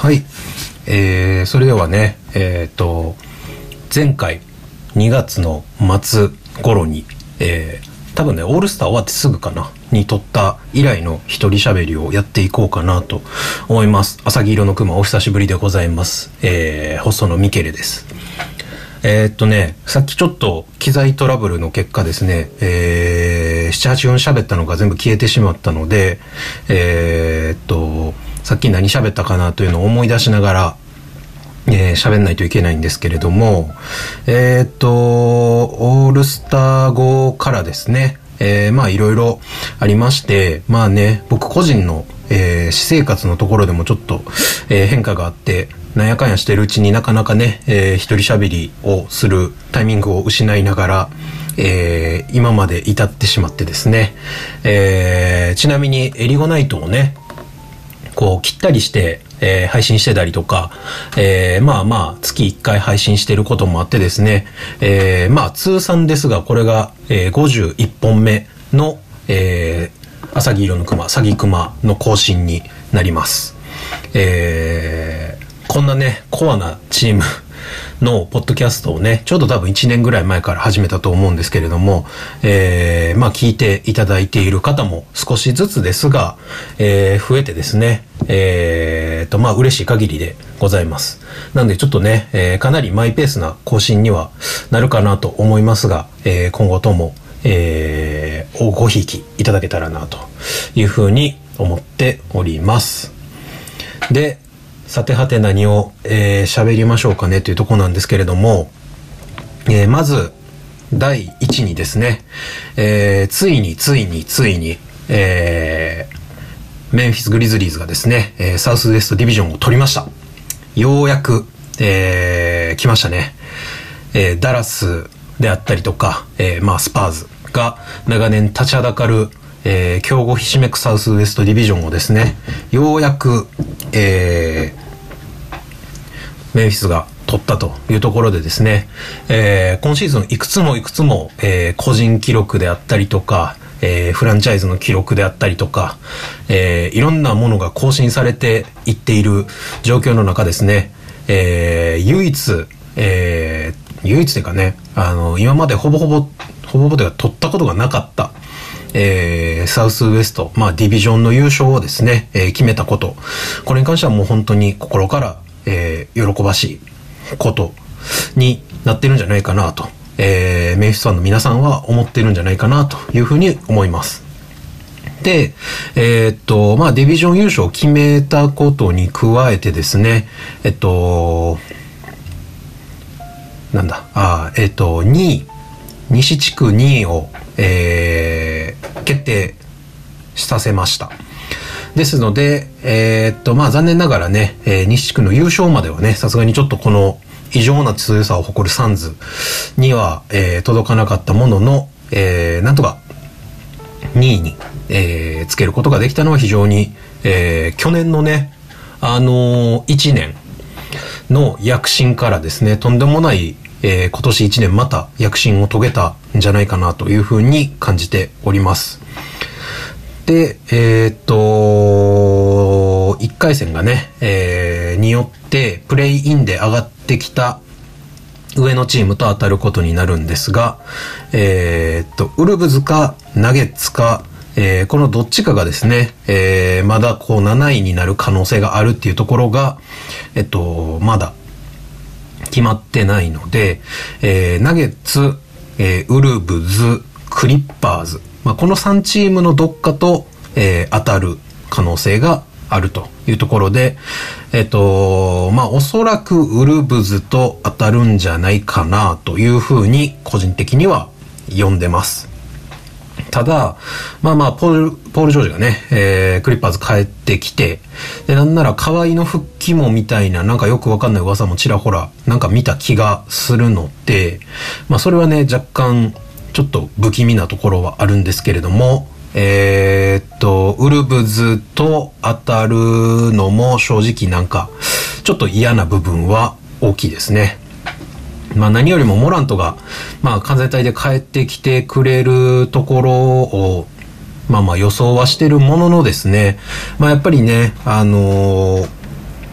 はい、それではね、前回2月の末頃に、多分ねオールスター終わってすぐかなに撮った以来の一人喋りをやっていこうかなと思います。浅木色の熊お久しぶりでございます。細野ミケレです。さっきちょっと機材トラブルの結果ですね、7、8分喋ったのが全部消えてしまったので、さっき何喋ったかなというのを思い出しながら、喋んないといけないんですけれども、オールスター後からですね、まあいろいろありまして、まあね、僕個人の、私生活のところでもちょっと、変化があって、なんやかんやしてるうちになかなかね、一人喋りをするタイミングを失いながら、今まで至ってしまってですね、ちなみにエリゴナイトをね、こう切ったりして、配信してたりとか、まあまあ月1回配信してることもあってですね、まあ通算ですがこれが、51本目の、浅木色の熊、サギ熊の更新になります。こんなねコアなチームのポッドキャストをね、ちょうど多分1年ぐらい前から始めたと思うんですけれども、まあ聞いていただいている方も少しずつですが、増えてですね、まあ嬉しい限りでございます。なのでちょっとね、かなりマイペースな更新にはなるかなと思いますが、今後とも、ごひいきいただけたらなというふうに思っております。で、さてはて何を喋りましょうかねというところなんですけれども、まず第1にですね、ついにメンフィスグリズリーズがですね、サウスウエストディビジョンを取りました。ようやく、来ましたね。ダラスであったりとか、まあスパーズが長年立ちはだかる強豪ひしめくサウスウエストディビジョンをですね、ようやく、メンフィスが取ったというところでですね、今シーズンいくつも、個人記録であったりとか、フランチャイズの記録であったりとか、いろんなものが更新されていっている状況の中ですね、唯一というかね、今までほぼほぼでは取ったことがなかった、サウスウエスト、まあディビジョンの優勝をですね、決めたこと、これに関してはもう本当に心から喜ばしいことになってるんじゃないかなと、メンフィスファンの皆さんは思ってるんじゃないかなというふうに思います。で、まあディビジョン優勝を決めたことに加えてですね、西地区2位を、決定させました。ですので、まあ残念ながらね、西地区の優勝まではね、さすがにちょっとこの異常な強さを誇るサンズには、届かなかったものの、なんとか2位に、つけることができたのは非常に、去年のね、1年の躍進からですね、とんでもない、今年1年また躍進を遂げたんじゃないかなというふうに感じております。で、1回戦がね、によってプレイインで上がってきた上のチームと当たることになるんですが、ウルブズかナゲッツか、このどっちかがですね、まだこう7位になる可能性があるっていうところが、まだ決まってないので、ナゲッツ、ウルブズ、クリッパーズ、まあ、この3チームのどっかと、当たる可能性があるというところで、まあ、おそらくウルブズと当たるんじゃないかなというふうに個人的には読んでます。ただ、まあまあ、ポール・ジョージがね、クリッパーズ帰ってきて、で、なんなら河合の復帰もみたいな、なんかよくわかんない噂もちらほら、なんか見た気がするので、まあそれはね、若干、ちょっと不気味なところはあるんですけれども、ウルブズと当たるのも正直なんか、ちょっと嫌な部分は大きいですね。まあ何よりもモラントが、まあ完全体で帰ってきてくれるところを、まあまあ予想はしてるもののですね、まあやっぱりね、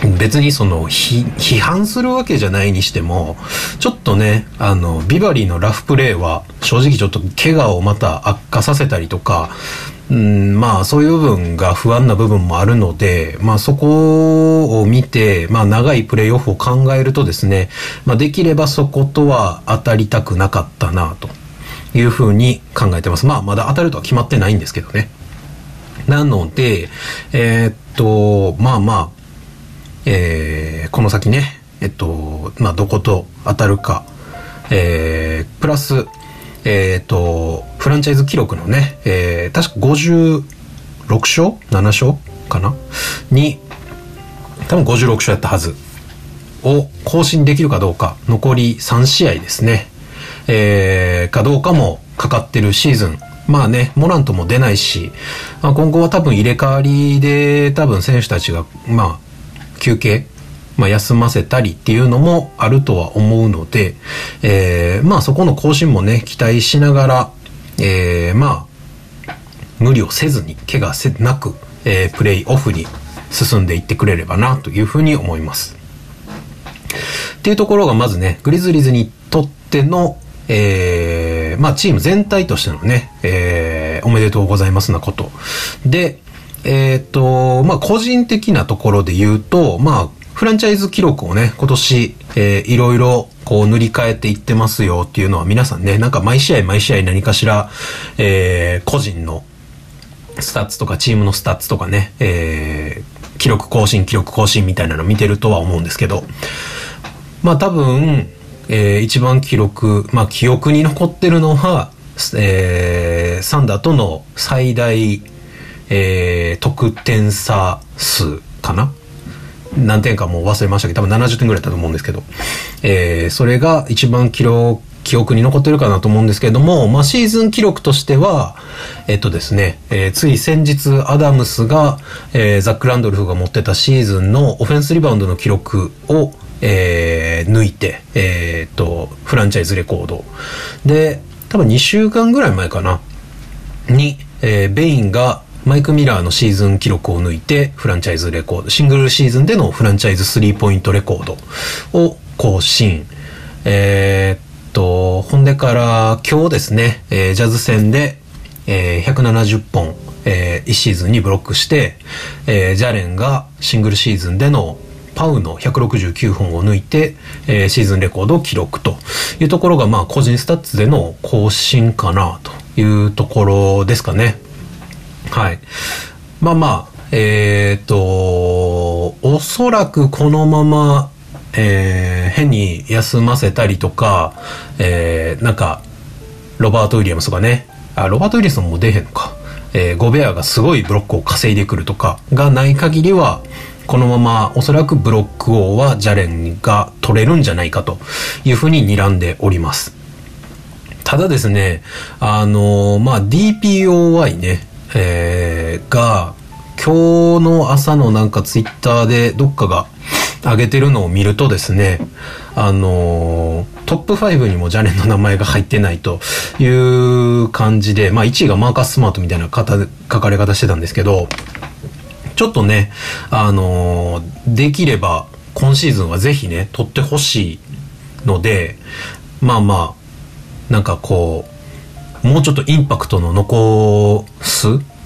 別に批判するわけじゃないにしても、ちょっとね、ビバリーのラフプレーは、正直ちょっと怪我をまた悪化させたりとか、まあそういう部分が不安な部分もあるので、まあそこを見て、まあ長いプレーオフを考えるとですね、まあできればそことは当たりたくなかったなというふうに考えてます。まあまだ当たるとは決まってないんですけどね。なので、まあまあ、この先ね、まあどこと当たるか、プラス、フランチャイズ記録のね、確か56勝 ?7 勝かなに、多分56勝やったはずを更新できるかどうか、残り3試合ですね、かどうかもかかってるシーズン。まあね、モラントも出ないし、まあ、今後は多分入れ替わりで多分選手たちが、まあ、休憩、まあ、休ませたりっていうのもあるとは思うので、まあそこの更新もね期待しながら、まあ無理をせずに怪我なく、プレイオフに進んでいってくれればなというふうに思います。っていうところがまずね、グリズリーズにとっての、まあチーム全体としてのね、おめでとうございますなことで、まあ個人的なところで言うと、まあフランチャイズ記録をね、今年、いろいろこう塗り替えていってますよっていうのは皆さんね、なんか毎試合何かしら、個人のスタッツとかチームのスタッツとかね、記録更新みたいなの見てるとは思うんですけど、まあ多分、一番記憶に残ってるのは、サンダーとの最大、得点差数かな、何点かもう忘れましたけど、多分70点ぐらいだったと思うんですけど、それが一番記憶に残ってるかなと思うんですけれども、まあシーズン記録としては、ですね、つい先日アダムスが、ザック・ランドルフが持ってたシーズンのオフェンスリバウンドの記録を、抜いて、フランチャイズレコードで、多分2週間ぐらい前かなに、ベインがマイク・ミラーのシーズン記録を抜いてフランチャイズレコード、シングルシーズンでのフランチャイズスリーポイントレコードを更新。ほんでから今日ですね、ジャズ戦で、170本、1シーズンにブロックして、ジャレンがシングルシーズンでのパウの169本を抜いて、シーズンレコードを記録というところが、まあ個人スタッツでの更新かなというところですかね。はい。まあまあ、おそらくこのまま、変に休ませたりとか、なんか、ロバート・ウィリアムスがね、ロバート・ウィリアムスも出へんのか、ゴベアがすごいブロックを稼いでくるとかがない限りは、このままおそらくブロック王はジャレンが取れるんじゃないかというふうに睨んでおります。ただですね、まあ DPOY ね、が今日の朝のなんかツイッターでどっかが上げてるのを見るとですね、トップ5にもジャレンの名前が入ってないという感じで、まあ1位がマーカス・スマートみたいな書かれ方してたんですけど、ちょっとね、できれば今シーズンはぜひね取ってほしいので、まあまあなんかこうもうちょっとインパクトの残す、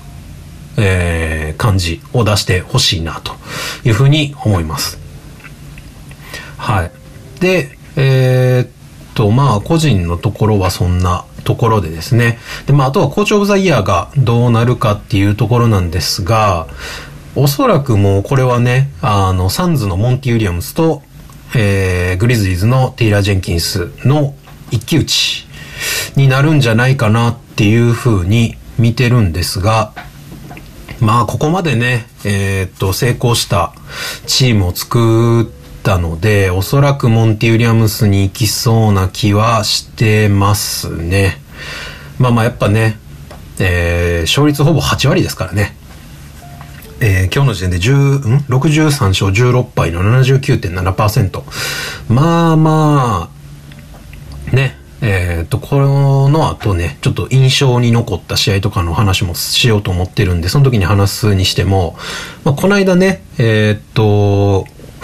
感じを出してほしいなというふうに思います。はい。で、まあ個人のところはそんなところでですね。で、まああとはコーチオブザイヤーがどうなるかっていうところなんですが、おそらくもうこれはね、サンズのモンティ・ウィリアムスと、グリズリーズのテイラー・ジェンキンスの一騎打ちになるんじゃないかなっていう風に見てるんですが、まあここまでね、成功したチームを作ったので、おそらくモンティ・ウィリアムスに行きそうな気はしてますね。まあまあやっぱね、勝率ほぼ8割ですからね。今日の時点で63勝16敗の 79.7%。まあまあ、ね、この後ね、ちょっと印象に残った試合とかの話もしようと思ってるんで、その時に話すにしても、まあ、この間ね、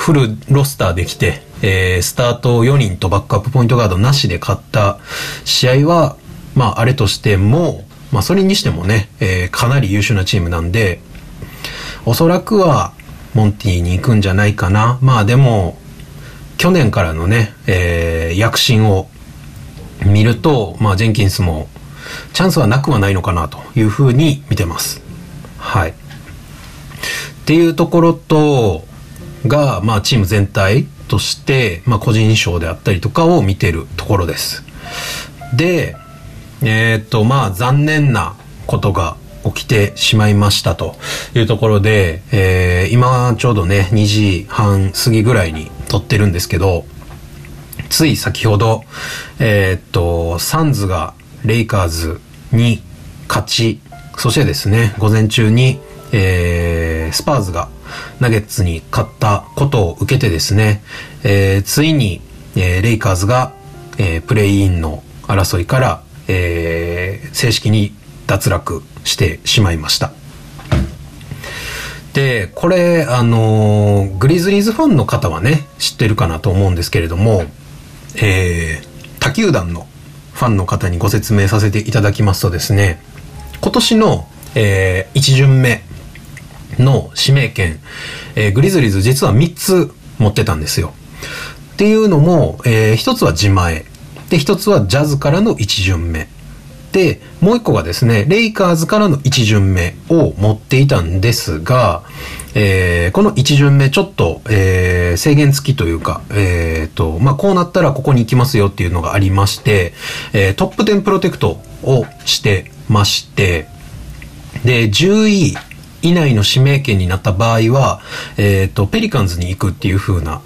フルロスターできて、スタート4人とバックアップポイントガードなしで勝った試合は、まああれとしても、まあそれにしてもね、かなり優秀なチームなんで、おそらくはモンティに行くんじゃないかな。まあでも、去年からのね、躍進を見ると、まあジェンキンスもチャンスはなくはないのかなというふうに見てます。はい。っていうところと、が、まあチーム全体として、まあ個人賞であったりとかを見てるところです。で、まあ残念なことが起きてしまいましたというところで、今ちょうどね、2時半過ぎぐらいに撮ってるんですけど、つい先ほど、サンズがレイカーズに勝ち、そしてですね、午前中に、スパーズがナゲッツに勝ったことを受けてですね、ついに、レイカーズが、プレイインの争いから、正式に脱落してしまいました。で、これ、グリズリーズファンの方はね、知ってるかなと思うんですけれども、他球団のファンの方にご説明させていただきますとですね、今年の、1巡目の指名権、グリズリーズ実は3つ持ってたんですよ。っていうのも、1つは自前で、1つはジャズからの1巡目で、もう1個がですね、レイカーズからの1巡目を持っていたんですが、この1巡目ちょっと、制限付きというか、まあ、こうなったらここに行きますよっていうのがありまして、トップ10プロテクトをしてまして、で、10位以内の指名権になった場合は、ペリカンズに行くっていう風な、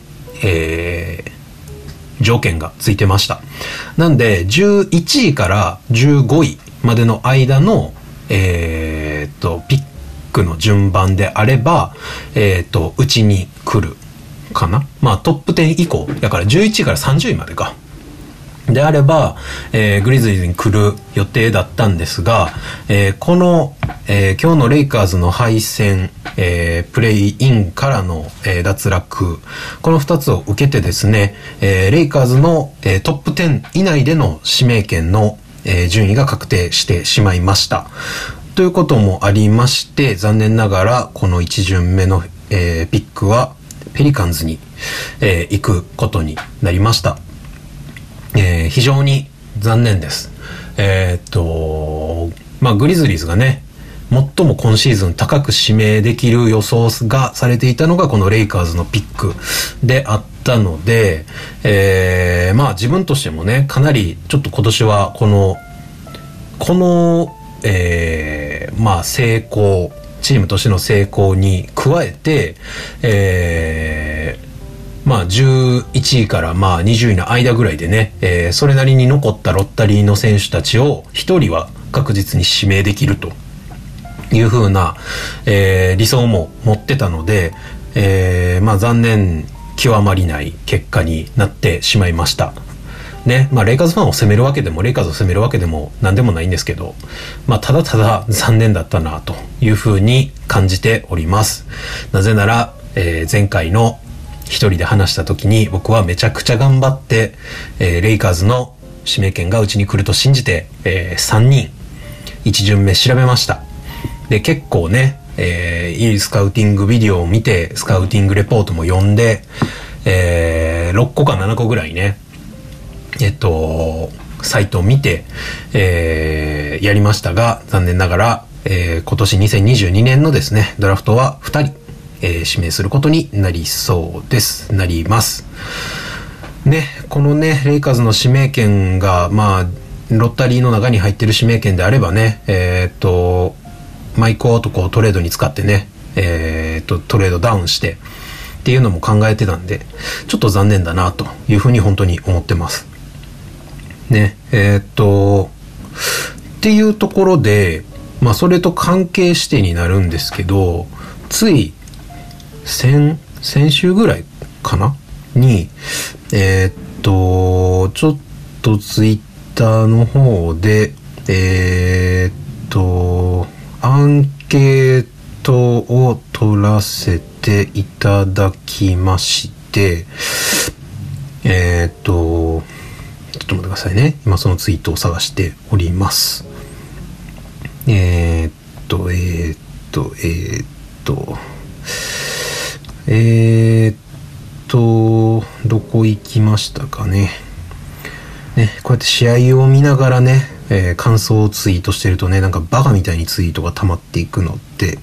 条件がついてました。なんで、11位から15位までの間の、ピックの順番であれば、うちに来るかな。まあ、トップ10以降、だから11位から30位までか。であれば、グリズリーズに来る予定だったんですが、この、今日のレイカーズの敗戦、プレイインからの、脱落、この2つを受けてですね、レイカーズの、トップ10以内での指名権の、順位が確定してしまいました。ということもありまして、残念ながらこの1巡目の、ピックはペリカンズに、行くことになりました。非常に残念です。まあ、グリズリーズがね、最も今シーズン高く指名できる予想がされていたのがこのレイカーズのピックであったので、まあ自分としてもね、かなりちょっと今年はこの、まあ成功、チームとしての成功に加えて、まあ11位からまあ20位の間ぐらいでね、それなりに残ったロッタリーの選手たちを一人は確実に指名できるという風な、理想も持ってたので、まあ残念極まりない結果になってしまいましたね。まあレイカーズファンを責めるわけでもレイカーズを責めるわけでも何でもないんですけど、まあただただ残念だったなという風に感じております。なぜなら、前回の一人で話した時に僕はめちゃくちゃ頑張って、レイカーズの指名権がうちに来ると信じて、3人1巡目調べました。で結構ね、いいスカウティングビデオを見てスカウティングレポートも読んで、6個か7個ぐらいねサイトを見て、やりましたが、残念ながら、今年2022年のですねドラフトは2人指名することになりそうです。なりますね。このねレイカーズの指名権がまあロッタリーの中に入ってる指名権であればね、マイコーとこうトレードに使ってね、トレードダウンしてっていうのも考えてたんで、ちょっと残念だなというふうに本当に思ってますね。っていうところで、まあそれと関係してになるんですけど、つい先週ぐらいかなにちょっとツイッターの方でアンケートを取らせてていただきまして、ちょっと待ってくださいね。今そのツイートを探しております。どこ行きましたかね。こうやって試合を見ながらね、感想をツイートしてるとね、なんかバカみたいにツイートが溜まっていくので、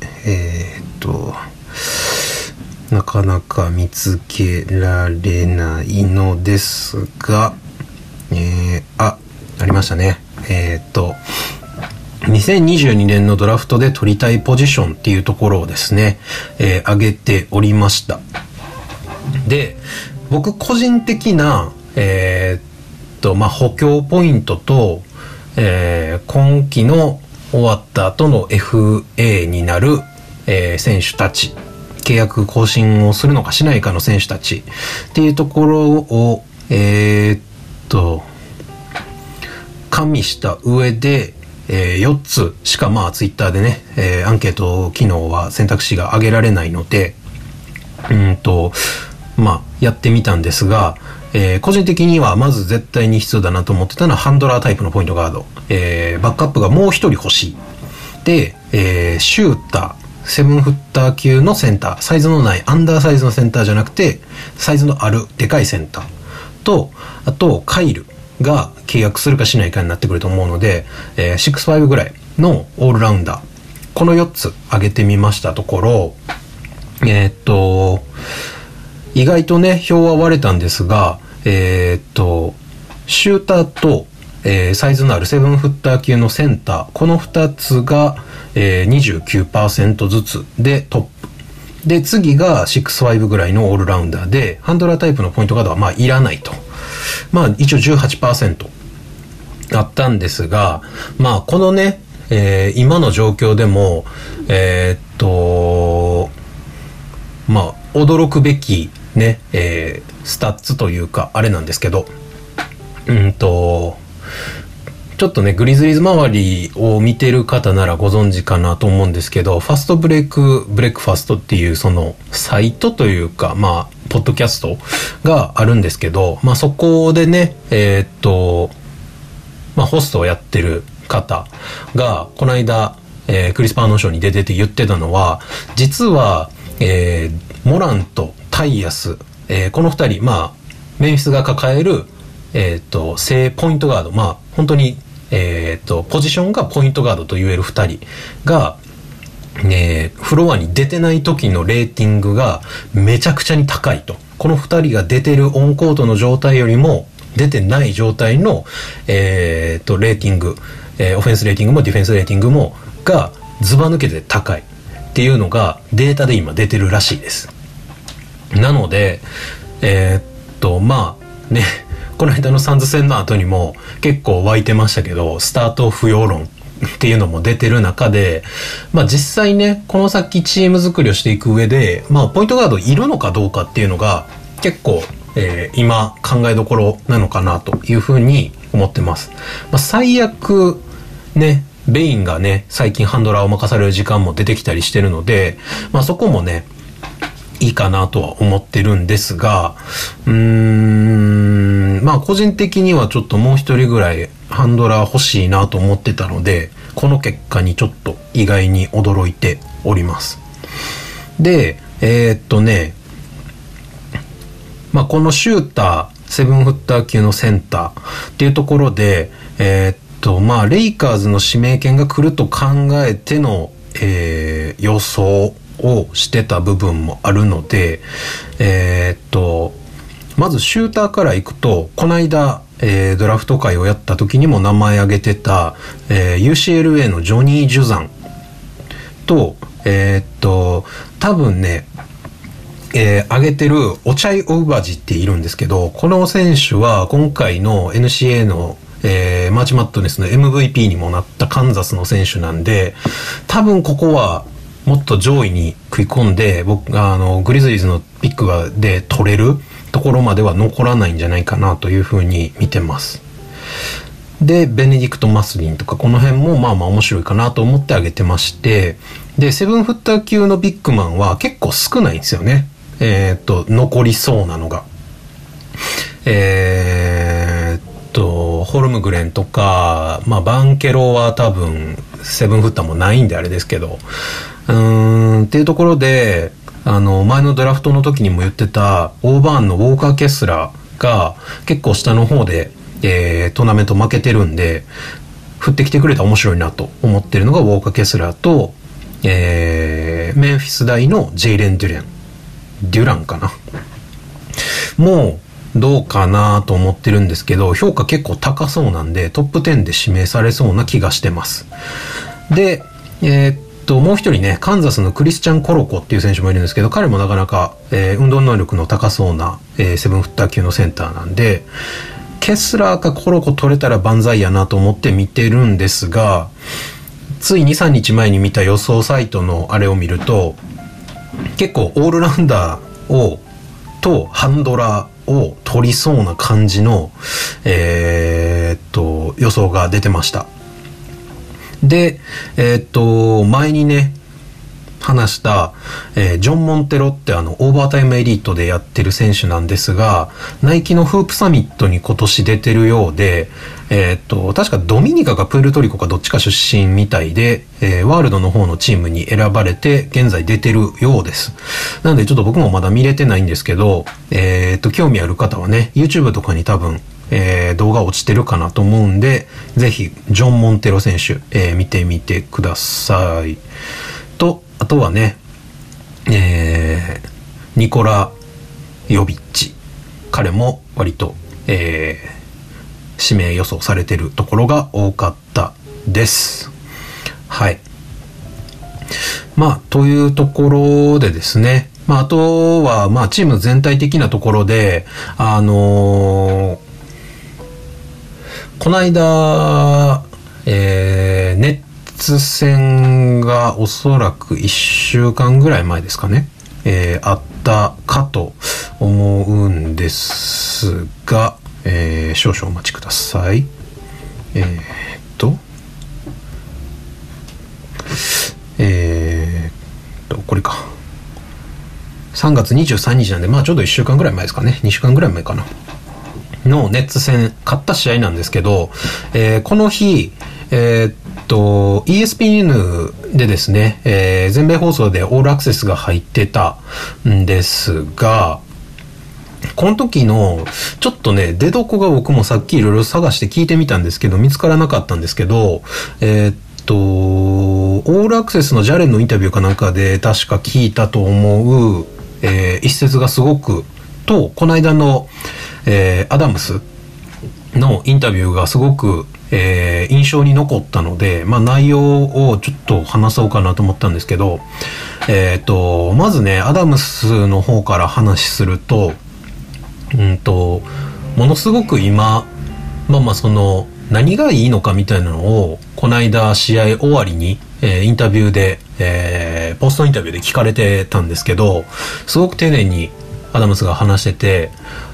なかなか見つけられないのですが、ありましたね。2022年のドラフトで取りたいポジションっていうところをですね、挙げておりました。で、僕個人的な、補強ポイントと、今季の終わった後の FA になる、選手たち、契約更新をするのかしないかの選手たちっていうところを、加味した上で、4つしかツイッターでね、アンケート機能は選択肢が挙げられないので、やってみたんですが、個人的にはまず絶対に必要だなと思ってたのはハンドラータイプのポイントガード、バックアップがもう一人欲しい。で、シューター、7フッター級のセンター、サイズのないアンダーサイズのセンターじゃなくて、サイズのあるでかいセンターと、あとカイルが契約するかしないかになってくると思うので、6-5ぐらいのオールラウンダー、この4つ挙げてみましたところ、意外とね票は割れたんですが、シューターと、サイズのある7フッター級のセンター、この2つが、29% ずつでトップで、次が 6-5 ぐらいのオールラウンダーで、ハンドラータイプのポイントガードはいらないと、一応 18% あったんですが、このね、今の状況でも驚くべきね、スタッツというかあれなんですけど、ちょっとねグリズリーズ周りを見てる方ならご存知かなと思うんですけど、ファストブレイクファストっていうそのサイトというかポッドキャストがあるんですけど、そこでねホストをやってる方がこの間、クリス・パーノンショーに出てて言ってたのは、実は、モランとタイヤス、この2人メンフィスが抱える、正ポイントガード、本当に、ポジションがポイントガードと言える2人が、フロアに出てない時のレーティングがめちゃくちゃに高いと。この2人が出てるオンコートの状態よりも出てない状態の、レーティング、オフェンスレーティングもディフェンスレーティングもがズバ抜けて高いっていうのがデータで今出てるらしいです。なのでこの間のサンズ戦の後にも結構湧いてましたけど、スタート不要論っていうのも出てる中で、実際ねこの先チーム作りをしていく上で、ポイントガードいるのかどうかっていうのが結構、今考えどころなのかなというふうに思ってます。最悪ねベインがね最近ハンドラーを任される時間も出てきたりしてるので、そこもねいいかなとは思ってるんですが、個人的にはちょっともう一人ぐらいハンドラー欲しいなと思ってたので、この結果にちょっと意外に驚いております。でこのシューター7フッター級のセンターっていうところでレイカーズの指名権が来ると考えての、予想をしてた部分もあるので、まずシューターからいくと、この間、ドラフト会をやった時にも名前挙げてた、UCLA のジョニー・ジュザンと、多分ね挙げてるオチャイ・オウバジっているんですけど、この選手は今回の NCAA のマーチマッドネスの MVP にもなったカンザスの選手なんで、多分ここはもっと上位に食い込んで、グリズリーズのピックで取れるところまでは残らないんじゃないかなというふうに見てます。でベネディクト・マスリンとかこの辺も面白いかなと思って挙げてまして、 で、7フッター級のビッグマンは結構少ないんですよね。残りそうなのが。ホルムグレンとか、まあ、バンケロは多分、7フッターもないんであれですけど、っていうところで、前のドラフトの時にも言ってた、オーバーンのウォーカー・ケスラーが結構下の方で、トーナメント負けてるんで、振ってきてくれたら面白いなと思ってるのがウォーカー・ケスラーと、メンフィス大のジェイレン・デュランかな。もう、どうかなと思ってるんですけど、評価結構高そうなんで、トップ10で指名されそうな気がしてます。で、もう一人ね、カンザスのクリスチャン・コロコっていう選手もいるんですけど、彼もなかなか、運動能力の高そうな、7フッター級のセンターなんで、ケスラーかコロコ取れたら万歳やなと思って見てるんですが、つい2、3日前に見た予想サイトのあれを見ると、結構オールラウンダーとハンドラーを取りそうな感じの、予想が出てました。で、前にね、話した、ジョン・モンテロってオーバータイムエリートでやってる選手なんですが、ナイキのフープサミットに今年出てるようで、確かドミニカかプエルトリコかどっちか出身みたいで、ワールドの方のチームに選ばれて現在出てるようです。なのでちょっと僕もまだ見れてないんですけど、興味ある方はね、YouTube とかに多分、動画落ちてるかなと思うんで、ぜひジョン・モンテロ選手、見てみてください。と、あとはね、ニコラ・ヨビッチ。彼も割と、指名予想されてるところが多かったです。はい。まあ、というところでですね。まあ、あとは、まあ、チーム全体的なところで、この間、ネッツ戦がおそらく1週間ぐらい前ですかね、あったかと思うんですが、少々お待ちください。これか。3月23日なんで、まあちょうど1週間ぐらい前ですかね。2週間ぐらい前かな。のネッツ戦、勝った試合なんですけど、この日、ESPN でですね、全米放送でオールアクセスが入ってたんですが、この時の、ちょっとね、出どこが僕もさっきいろいろ探して聞いてみたんですけど、見つからなかったんですけど、オールアクセスのジャレンのインタビューかなんかで確か聞いたと思う、一節がすごく、と、この間の、アダムスのインタビューがすごく、印象に残ったので、まあ内容をちょっと話そうかなと思ったんですけど、まずね、アダムスの方から話すると、ものすごく今、その、何がいいのかみたいなのを、この間試合終わりに、インタビューで、ポストインタビューで聞かれてたんですけど、すごく丁寧にアダムスが話してて、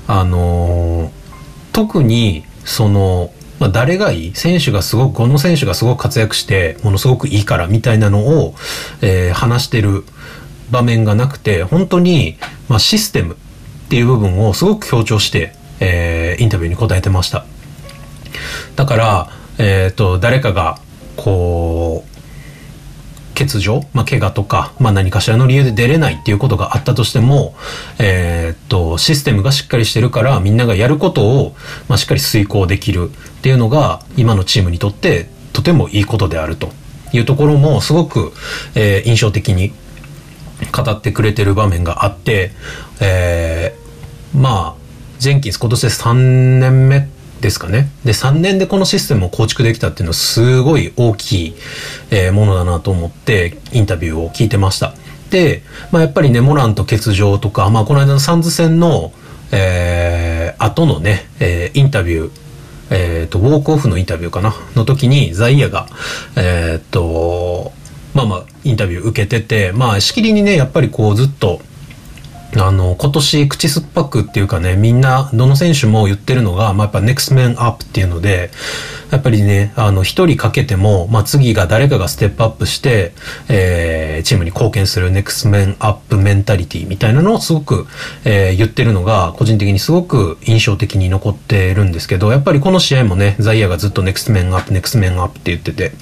特に、その、誰がいい選手がすごく、この選手がすごく活躍して、ものすごくいいからみたいなのを、話してる場面がなくて、本当に、システムっていう部分をすごく強調して、インタビューに答えてました。だから、誰かが、こう、欠場、怪我とか、何かしらの理由で出れないっていうことがあったとしても、システムがしっかりしてるから、みんながやることを、しっかり遂行できるっていうのが、今のチームにとって、とてもいいことであるというところも、すごく、印象的に語ってくれてる場面があって、ジェンキンス今年で3年目ですかね。で、3年でこのシステムを構築できたっていうのはすごい大きい、ものだなと思ってインタビューを聞いてました。で、やっぱりね、モラント欠場とか、この間のサンズ戦の、後のね、インタビュー、ウォークオフのインタビューかなの時にザイヤが、インタビュー受けてて、しきりにね、やっぱりこうずっと、 今年口酸っぱくっていうかね、みんな、どの選手も言ってるのが、やっぱ next man up っていうので、やっぱりね、一人かけても、次が誰かがステップアップして、チームに貢献する next man up メンタリティみたいなのをすごく、言ってるのが、個人的にすごく印象的に残ってるんですけど、やっぱりこの試合もね、ザイヤーがずっと next man up、next man up って言ってて、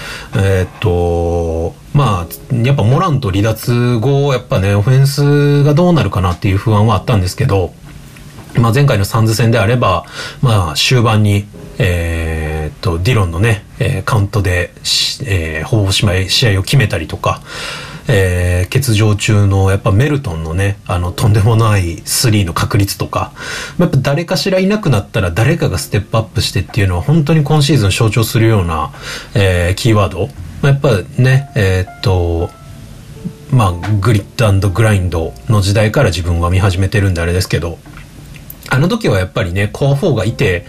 やっぱモラント離脱後、やっぱね、オフェンスがどうなるかなっていう不安はあったんですけど、前回のサンズ戦であれば、終盤に、ディロンのね、カウントで、ほぼ試合を決めたりとか、欠場中のやっぱメルトンのね、とんでもないスリーの確率とか、やっぱ誰かしらいなくなったら誰かがステップアップしてっていうのは本当に今シーズン象徴するような、キーワード。やっぱね、グリッド&グラインドの時代から自分は見始めてるんであれですけど、あの時はやっぱりね、コア4がいて、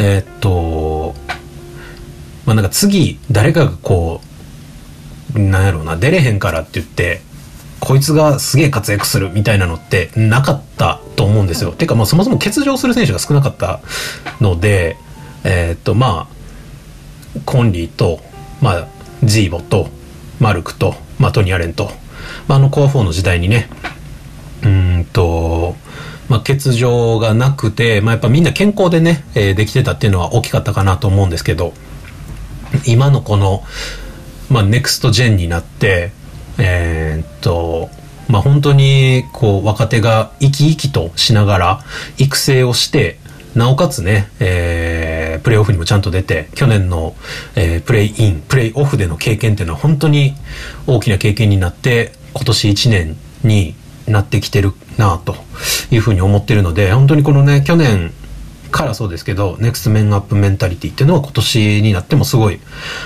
なんか次誰かがこう、なんやろうな、出れへんからって言ってこいつがすげえ活躍するみたいなのってなかったと思うんですよ。てかそもそも欠場する選手が少なかったので、コンリーと、ジーボとマルクと、トニー・アレンと、コア4の時代にね、欠場がなくて、やっぱみんな健康でね、できてたっていうのは大きかったかなと思うんですけど、今のこのネクストジェンになって、本当にこう若手が生き生きとしながら育成をして、なおかつね、プレーオフにもちゃんと出て、去年の、プレイイン、プレイオフでの経験っていうのは本当に大きな経験になって、今年1年になってきてるなというふうに思ってるので、本当にこのね、去年からそうですけど、ネクストメンアップメンタリティっていうのは今年になってもすごい、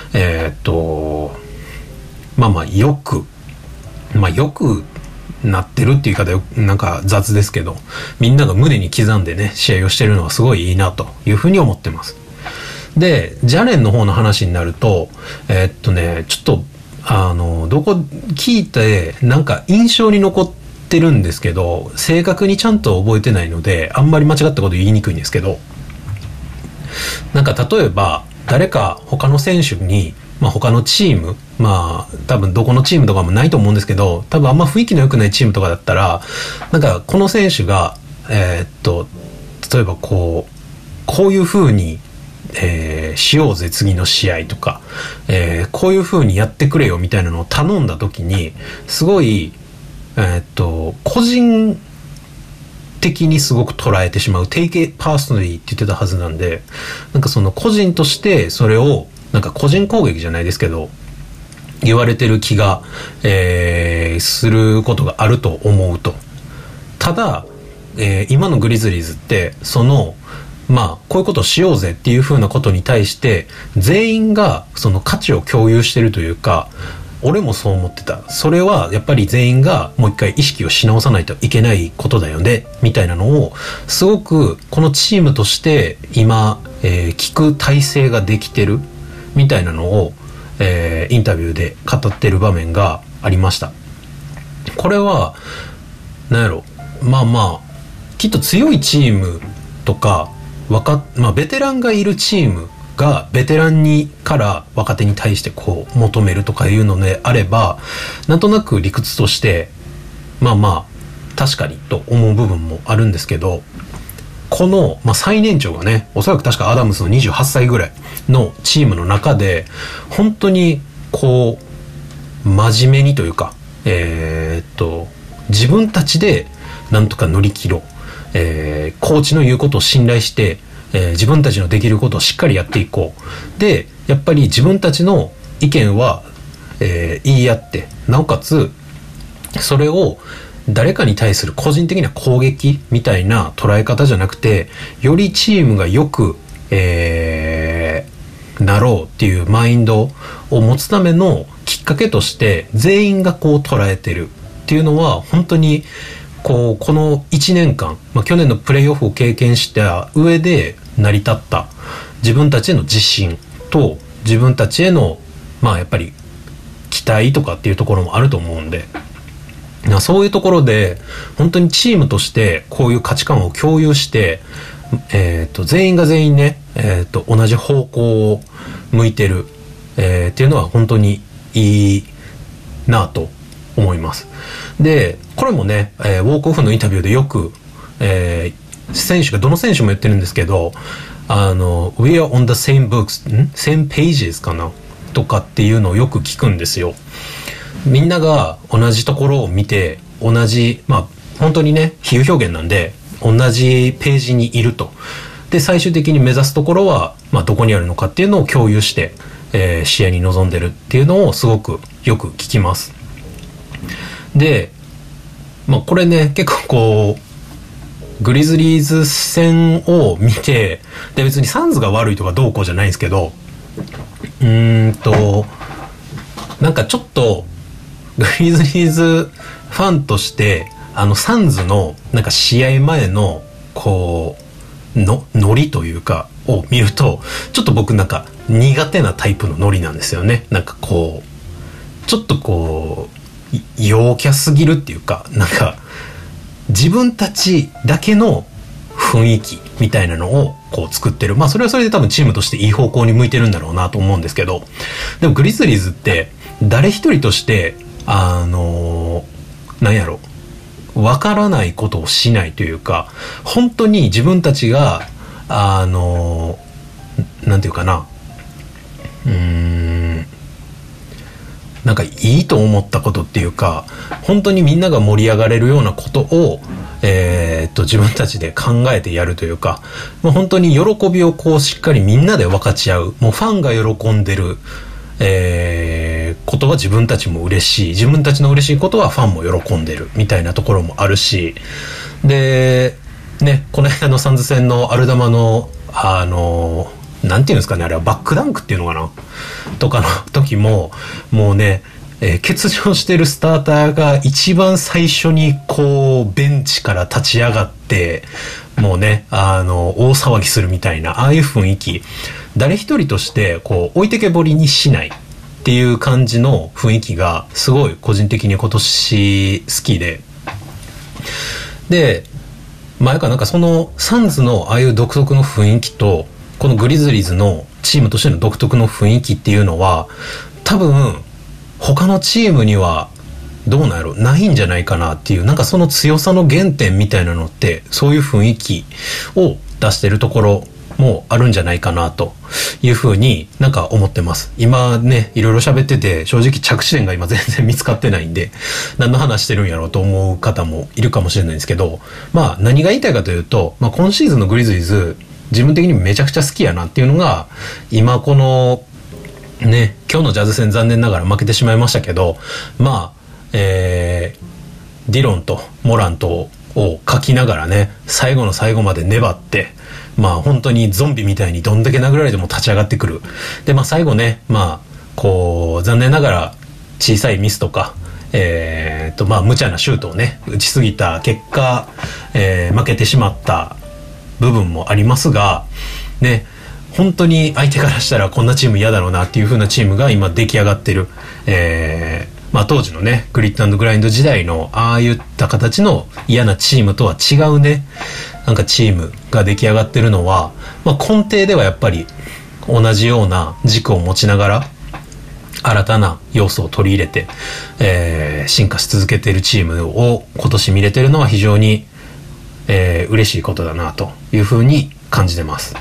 よくなってるっていう言い方なんか雑ですけど、みんなが胸に刻んでね、試合をしてるのはすごいいいなというふうに思ってます。で、ジャレンの方の話になると、ちょっと、どこ聞いて、なんか印象に残ってるんですけど、正確にちゃんと覚えてないので、あんまり間違ったこと言いにくいんですけど、なんか例えば、誰か他の選手に、他のチーム、多分どこのチームとかもないと思うんですけど、多分あんま雰囲気の良くないチームとかだったら、なんかこの選手が、例えばこういう風に、しようぜ次の試合とか、こういう風にやってくれよみたいなのを頼んだ時に、すごい、個人的にすごく捉えてしまう、take it personally って言ってたはずなんで、なんかその個人としてそれを、なんか個人攻撃じゃないですけど、言われてる気が、することがあると思うと。ただ、今のグリズリーズってそのこういうことをしようぜっていう風なことに対して全員がその価値を共有してるというか、俺もそう思ってた、それはやっぱり全員がもう一回意識をし直さないといけないことだよねみたいなのをすごくこのチームとして今、聞く体制ができてるみたいなのを、インタビューで語ってる場面がありました。これはなんやろ、きっと強いチームとかベテランがいるチームがベテランにから若手に対してこう求めるとかいうのであれば、なんとなく理屈として確かにと思う部分もあるんですけど、この、最年長がね、おそらく確かアダムスの28歳ぐらいのチームの中で本当にこう真面目にというか、自分たちでなんとか乗り切ろう、コーチの言うことを信頼して、自分たちのできることをしっかりやっていこう。で、やっぱり自分たちの意見は、言い合って、なおかつそれを誰かに対する個人的な攻撃みたいな捉え方じゃなくて、よりチームがよく、なろうっていうマインドを持つためのきっかけとして全員がこう捉えてるっていうのは、本当にこの1年間、去年のプレーオフを経験した上で成り立った自分たちへの自信と自分たちへのやっぱり期待とかっていうところもあると思うんで、 そういうところで本当にチームとしてこういう価値観を共有して、全員が全員ね、同じ方向を向いてる、っていうのは本当にいいなと思います。でこれもね、ウォークオフのインタビューでよく、選手がどの選手も言ってるんですけど、We are on the same books, same pages かなとかっていうのをよく聞くんですよ。みんなが同じところを見て、同じ、本当にね比喩表現なんで同じページにいると。で最終的に目指すところは、どこにあるのかっていうのを共有して、試合に臨んでるっていうのをすごくよく聞きます。で、これね結構こうグリズリーズ戦を見て、で別にサンズが悪いとかどうこうじゃないんですけど、なんかちょっとグリズリーズファンとしてサンズのなんか試合前のこうノリというかを見ると、ちょっと僕なんか苦手なタイプのノリなんですよね。なんかこうちょっとこう陽キャすぎるっていうか、なんか自分たちだけの雰囲気みたいなのをこう作ってる。それはそれで多分チームとしていい方向に向いてるんだろうなと思うんですけど、でもグリズリーズって誰一人としてなんやろ、わからないことをしないというか、本当に自分たちがなんていうかな、なんかいいと思ったことっていうか、本当にみんなが盛り上がれるようなことを、自分たちで考えてやるというか、もう本当に喜びをこうしっかりみんなで分かち合う。もうファンが喜んでる、ことは自分たちも嬉しい、自分たちの嬉しいことはファンも喜んでるみたいなところもあるし、でね、この間のサンズ戦のアルダマのなんていうんですかね、あれはバックダンクっていうのかなとかの時も、もうね、欠場してるスターターが一番最初にこうベンチから立ち上がってもうね大騒ぎするみたいな、ああいう雰囲気、誰一人としてこう置いてけぼりにしないっていう感じの雰囲気がすごい個人的に今年好きで、なんかそのサンズのああいう独特の雰囲気とこのグリズリーズのチームとしての独特の雰囲気っていうのは多分他のチームにはどうなんやろ、ないんじゃないかなっていう、なんかその強さの原点みたいなのってそういう雰囲気を出してるところもあるんじゃないかなというふうになんか思ってます。今ねいろいろ喋ってて正直着地点が今全然見つかってないんで何の話してるんやろうと思う方もいるかもしれないんですけど、何が言いたいかというと、今シーズンのグリズリーズ自分的にめちゃくちゃ好きやなっていうのが、今このね今日のジャズ戦残念ながら負けてしまいましたけど、ディロンとモラントを書きながらね最後の最後まで粘って、本当にゾンビみたいにどんだけ殴られても立ち上がってくる。で最後ねこう残念ながら小さいミスとか無茶なシュートをね打ちすぎた結果、負けてしまった部分もありますがね、本当に相手からしたらこんなチーム嫌だろうなっていう風なチームが今出来上がってる、当時のねグリッド&グラインド時代のああいった形の嫌なチームとは違うねなんかチームが出来上がってるのは、根底ではやっぱり同じような軸を持ちながら新たな要素を取り入れて、進化し続けているチームを今年見れてるのは非常に、嬉しいことだなというふうに感じてます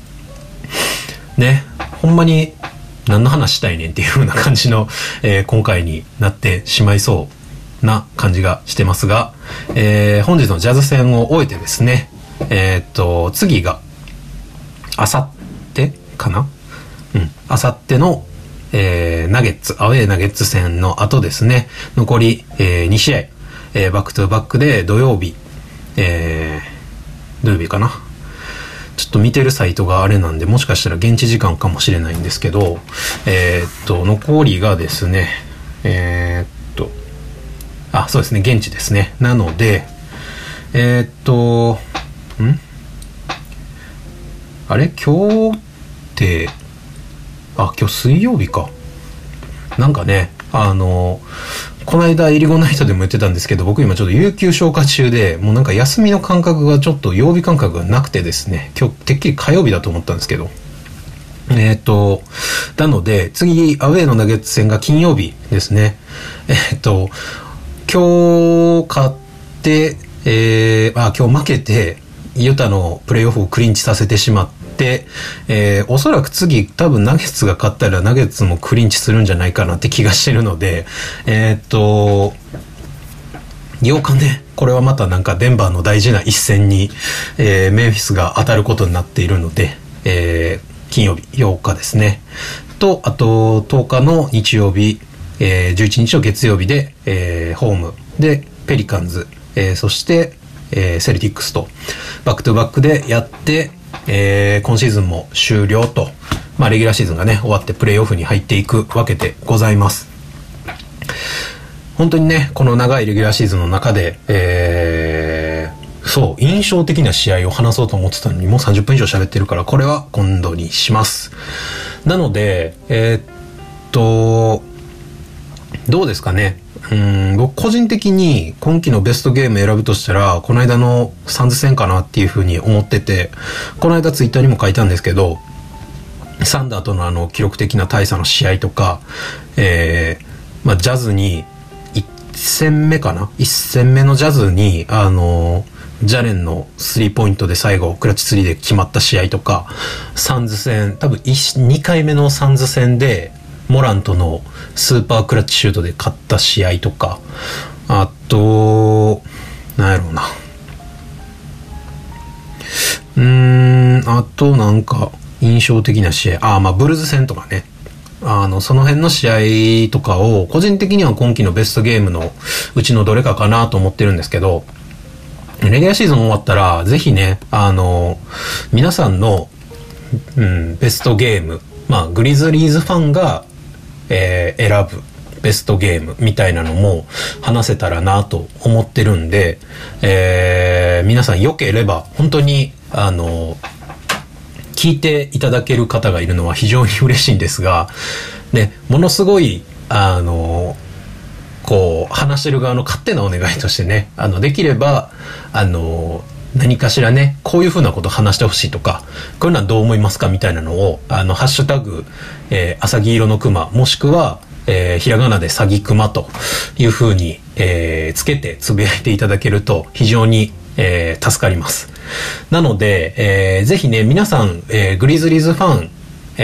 ね。ほんまに何の話したいねんっていう風な感じの、今回になってしまいそうな感じがしてますが、本日のジャズ戦を終えてですね、次があさってかな、あさっての、ナゲッツアウェーナゲッツ戦の後ですね、残り、2試合、バックトゥバックで土曜日かな、ちょっと見てるサイトがあれなんでもしかしたら現地時間かもしれないんですけど、残りがですねそうですね現地ですね。なのであれ今日って今日水曜日かなんかねこの間、イリゴナイトでも言ってたんですけど、僕今ちょっと有給消化中で、もうなんか休みの感覚がちょっと曜日感覚がなくてですね、今日てっきり火曜日だと思ったんですけど、なので、次、アウェーのナゲッツ戦が金曜日ですね。今日勝って、今日負けて、ユタのプレイオフをクリンチさせてしまって、おそらく次、多分ナゲッツが勝ったらナゲッツもクリンチするんじゃないかなって気がしてるので、8日ね、これはまたなんかデンバーの大事な一戦に、メンフィスが当たることになっているので、金曜日8日ですね。と、あと10日の日曜日、11日の月曜日で、ホームでペリカンズ、そして、セルティックスとバックトゥバックでやって、今シーズンも終了と、まあレギュラーシーズンがね終わってプレイオフに入っていくわけでございます。本当にね、この長いレギュラーシーズンの中で、そう、印象的な試合を話そうと思ってたのにもう30分以上喋ってるから、これは今度にします。なので、どうですかね。僕個人的に今季のベストゲーム選ぶとしたら、この間のサンズ戦かなっていうふうに思ってて、この間ツイッターにも書いたんですけど、サンダーとの記録的な大差の試合とか、ジャズに1戦目のジャズに、ジャレンのスリーポイントで最後クラッチ3で決まった試合とか、サンズ戦、多分2回目のサンズ戦でモラントのスーパークラッチシュートで勝った試合とか、あとなんやろうな、あとなんか印象的な試合、ブルーズ戦とかね、その辺の試合とかを個人的には今季のベストゲームのうちのどれかかなと思ってるんですけど、レギュラーシーズン終わったらぜひね、皆さんの、ベストゲーム、グリズリーズファンが、選ぶベストゲームみたいなのも話せたらなと思ってるんで、皆さんよければ本当に聞いていただける方がいるのは非常に嬉しいんですが、ね、ものすごいこう話してる側の勝手なお願いとしてね、できれば何かしらね、こういうふうなこと話してほしいとか、こういうのはどう思いますかみたいなのをハッシュタグ、あさぎ色のくま、もしくは、ひらがなでさぎくまというふうに、つけてつぶやいていただけると非常に、助かります。なので、ぜひね、皆さん、グリズリーズファン、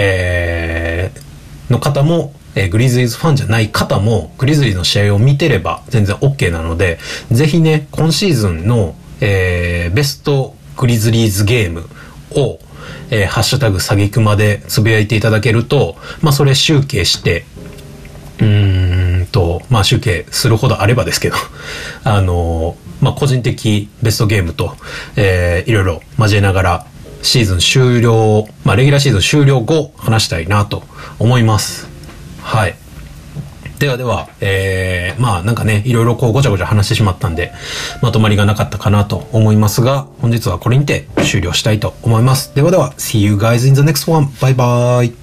の方も、グリズリーズファンじゃない方もグリズリーズの試合を見てれば全然 OK なので、ぜひね、今シーズンのベストグリズリーズゲームを、ハッシュタグさぎくまでつぶやいていただけると、それ集計して、集計するほどあればですけど、個人的ベストゲームと、いろいろ交えながらシーズン終了、レギュラーシーズン終了後話したいなと思います。はい。ではでは、なんかね、いろいろこうごちゃごちゃ話してしまったんで、まとまりがなかったかなと思いますが、本日はこれにて終了したいと思います。ではでは、See you guys in the next one. Bye bye.